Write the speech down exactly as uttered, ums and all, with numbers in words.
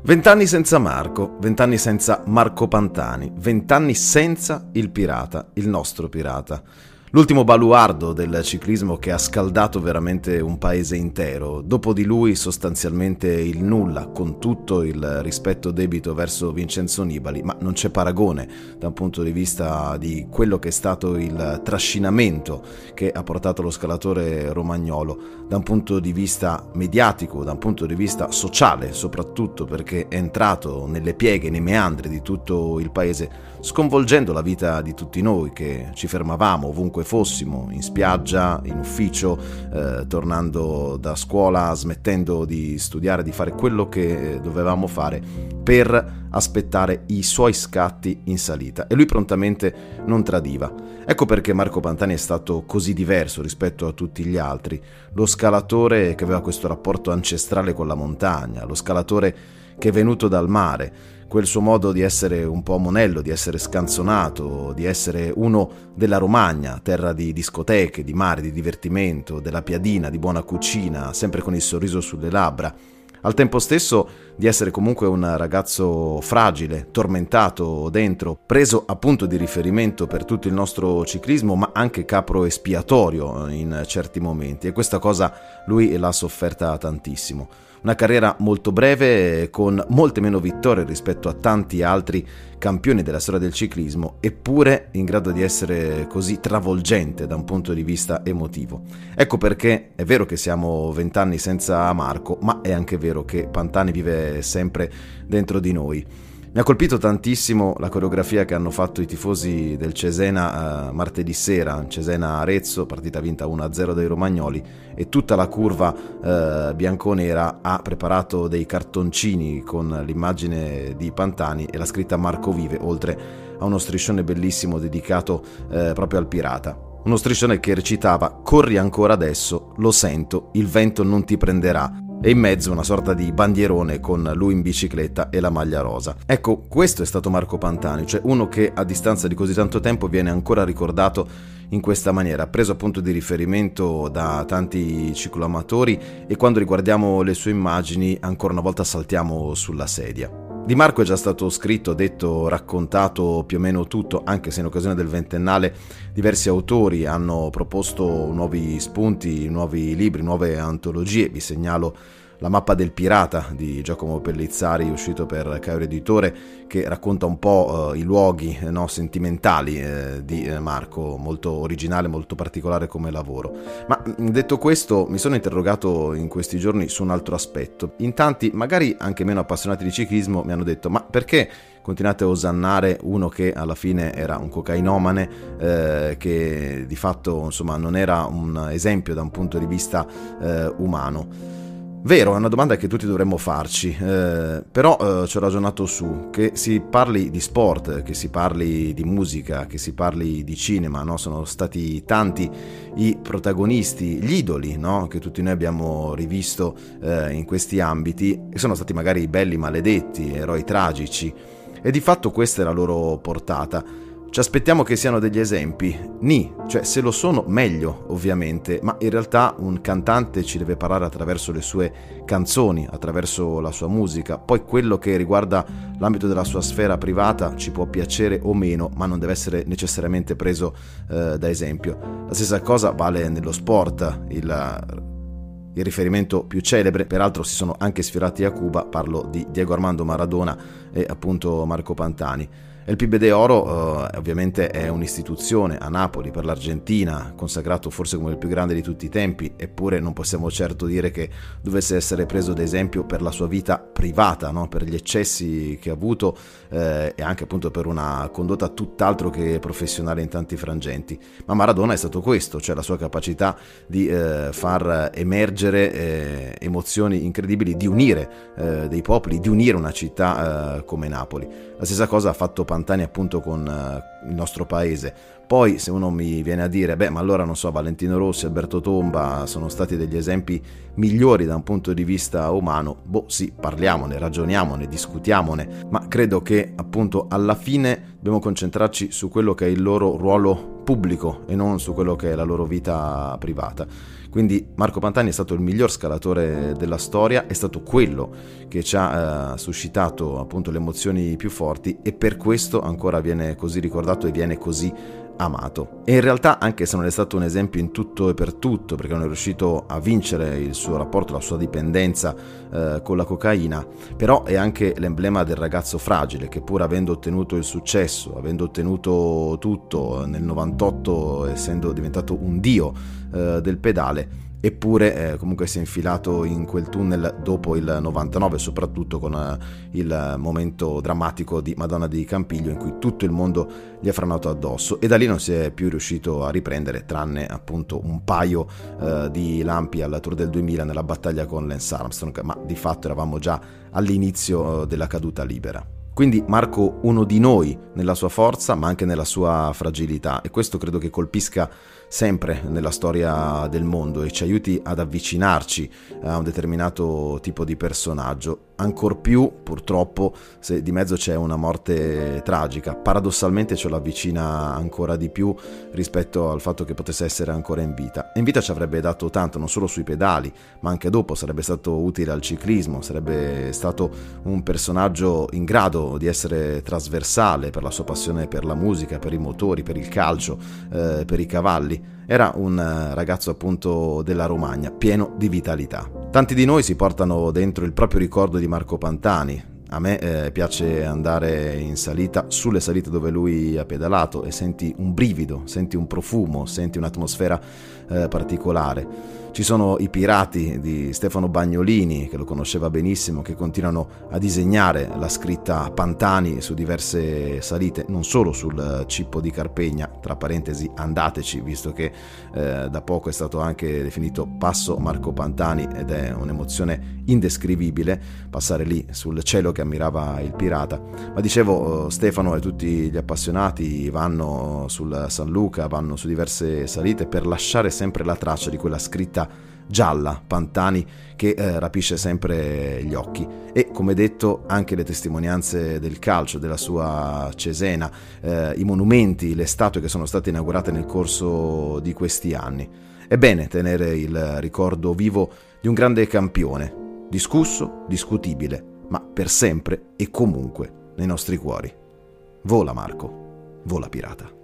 Vent'anni senza Marco, vent'anni senza Marco Pantani, vent'anni senza il pirata, il nostro pirata. L'ultimo baluardo del ciclismo che ha scaldato veramente un paese intero. Dopo di lui sostanzialmente il nulla, con tutto il rispetto debito verso Vincenzo Nibali, ma non c'è paragone da un punto di vista di quello che è stato il trascinamento che ha portato lo scalatore romagnolo, da un punto di vista mediatico, da un punto di vista sociale soprattutto, perché è entrato nelle pieghe, nei meandri di tutto il paese, sconvolgendo la vita di tutti noi che ci fermavamo ovunque fossimo, in spiaggia, in ufficio, eh, tornando da scuola, smettendo di studiare, di fare quello che dovevamo fare per aspettare i suoi scatti in salita, e lui prontamente non tradiva. Ecco perché Marco Pantani è stato così diverso rispetto a tutti gli altri, lo scalatore che aveva questo rapporto ancestrale con la montagna, lo scalatore che è venuto dal mare, quel suo modo di essere un po' monello, di essere scanzonato, di essere uno della Romagna, terra di discoteche, di mare, di divertimento, della piadina, di buona cucina, sempre con il sorriso sulle labbra. Al tempo stesso di essere comunque un ragazzo fragile, tormentato dentro, preso a punto di riferimento per tutto il nostro ciclismo, ma anche capro espiatorio in certi momenti, e questa cosa lui l'ha sofferta tantissimo. Una carriera molto breve, con molte meno vittorie rispetto a tanti altri campioni della storia del ciclismo, eppure in grado di essere così travolgente da un punto di vista emotivo. Ecco perché è vero che siamo vent'anni senza Marco, ma è anche vero che Pantani vive sempre dentro di noi. Mi ha colpito tantissimo la coreografia che hanno fatto i tifosi del Cesena eh, martedì sera, Cesena-Arezzo, partita vinta uno a zero dai romagnoli, e tutta la curva eh, bianconera ha preparato dei cartoncini con l'immagine di Pantani e la scritta Marco vive, oltre a uno striscione bellissimo dedicato eh, proprio al pirata. Uno striscione che recitava: corri ancora adesso, lo sento, il vento non ti prenderà. E in mezzo una sorta di bandierone con lui in bicicletta e la maglia rosa. Ecco, questo è stato Marco Pantani, cioè uno che a distanza di così tanto tempo viene ancora ricordato in questa maniera, preso appunto di riferimento da tanti cicloamatori, e quando riguardiamo le sue immagini ancora una volta saltiamo sulla sedia. Di Marco è già stato scritto, detto, raccontato più o meno tutto, anche se in occasione del ventennale diversi autori hanno proposto nuovi spunti, nuovi libri, nuove antologie. Vi segnalo La mappa del pirata di Giacomo Pellizzari, uscito per Cairo Editore, che racconta un po' eh, i luoghi eh, no, sentimentali eh, di eh, Marco, molto originale, molto particolare come lavoro. Ma detto questo, mi sono interrogato in questi giorni su un altro aspetto. In tanti, magari anche meno appassionati di ciclismo, mi hanno detto: ma perché continuate a osannare uno che alla fine era un cocainomane, eh, che di fatto insomma non era un esempio da un punto di vista eh, umano? Vero, è una domanda che tutti dovremmo farci, eh, però eh, ci ho ragionato su, che si parli di sport, che si parli di musica, che si parli di cinema, no? Sono stati tanti i protagonisti, gli idoli, no? Che tutti noi abbiamo rivisto eh, in questi ambiti, e sono stati magari belli maledetti, eroi tragici, e di fatto questa è la loro portata. Ci aspettiamo che siano degli esempi? Ni, cioè se lo sono meglio ovviamente, ma in realtà un cantante ci deve parlare attraverso le sue canzoni, attraverso la sua musica. Poi quello che riguarda l'ambito della sua sfera privata ci può piacere o meno, ma non deve essere necessariamente preso eh, da esempio. La stessa cosa vale nello sport. Il Il riferimento più celebre, peraltro si sono anche sfiorati a Cuba, parlo di Diego Armando Maradona e appunto Marco Pantani. Il P B D Oro eh, ovviamente è un'istituzione a Napoli per l'Argentina, consacrato forse come il più grande di tutti i tempi, eppure non possiamo certo dire che dovesse essere preso ad esempio per la sua vita privata, no? Per gli eccessi che ha avuto eh, e anche appunto per una condotta tutt'altro che professionale in tanti frangenti. Ma Maradona è stato questo, cioè la sua capacità di eh, far emergere eh, emozioni incredibili, di unire eh, dei popoli, di unire una città eh, come Napoli. La stessa cosa ha fatto Pantani appunto con uh, il nostro paese. Poi se uno mi viene a dire, beh ma allora non so, Valentino Rossi, Alberto Tomba sono stati degli esempi migliori da un punto di vista umano, boh sì, parliamone, ragioniamone, discutiamone, ma credo che appunto alla fine dobbiamo concentrarci su quello che è il loro ruolo pubblico e non su quello che è la loro vita privata. Quindi Marco Pantani è stato il miglior scalatore della storia, è stato quello che ci ha eh, suscitato appunto le emozioni più forti, e per questo ancora viene così ricordato e viene così amato. E in realtà, anche se non è stato un esempio in tutto e per tutto, perché non è riuscito a vincere il suo rapporto, la sua dipendenza eh, con la cocaina, però è anche l'emblema del ragazzo fragile che, pur avendo ottenuto il successo, avendo ottenuto tutto nel novantotto, essendo diventato un dio eh, del pedale, eppure eh, comunque si è infilato in quel tunnel dopo il novantanove, soprattutto con eh, il momento drammatico di Madonna di Campiglio, in cui tutto il mondo gli è franato addosso, e da lì non si è più riuscito a riprendere, tranne appunto un paio eh, di lampi al Tour del duemila nella battaglia con Lance Armstrong, ma di fatto eravamo già all'inizio eh, della caduta libera. Quindi Marco, uno di noi nella sua forza, ma anche nella sua fragilità, e questo credo che colpisca sempre nella storia del mondo e ci aiuti ad avvicinarci a un determinato tipo di personaggio, ancor più purtroppo se di mezzo c'è una morte tragica. Paradossalmente ce lo avvicina ancora di più rispetto al fatto che potesse essere ancora in vita. In vita ci avrebbe dato tanto, non solo sui pedali, ma anche dopo. Sarebbe stato utile al ciclismo, sarebbe stato un personaggio in grado di essere trasversale per la sua passione per la musica, per i motori, per il calcio, eh, per i cavalli. Era un ragazzo appunto della Romagna, pieno di vitalità. Tanti di noi si portano dentro il proprio ricordo di Marco Pantani. A me eh, piace andare in salita, sulle salite dove lui ha pedalato, e senti un brivido, senti un profumo, senti un'atmosfera eh, particolare. Ci sono i pirati di Stefano Bagnolini, che lo conosceva benissimo, che continuano a disegnare la scritta Pantani su diverse salite, non solo sul Cippo di Carpegna, tra parentesi andateci, visto che eh, da poco è stato anche definito Passo Marco Pantani, ed è un'emozione indescrivibile passare lì sul cielo che ammirava il pirata. Ma dicevo, Stefano e tutti gli appassionati vanno sul San Luca, vanno su diverse salite per lasciare sempre la traccia di quella scritta gialla Pantani che eh, rapisce sempre gli occhi. E come detto, anche le testimonianze del calcio, della sua Cesena, eh, i monumenti, le statue che sono state inaugurate nel corso di questi anni. È bene tenere il ricordo vivo di un grande campione, discusso, discutibile, ma per sempre e comunque nei nostri cuori. Vola Marco, vola pirata.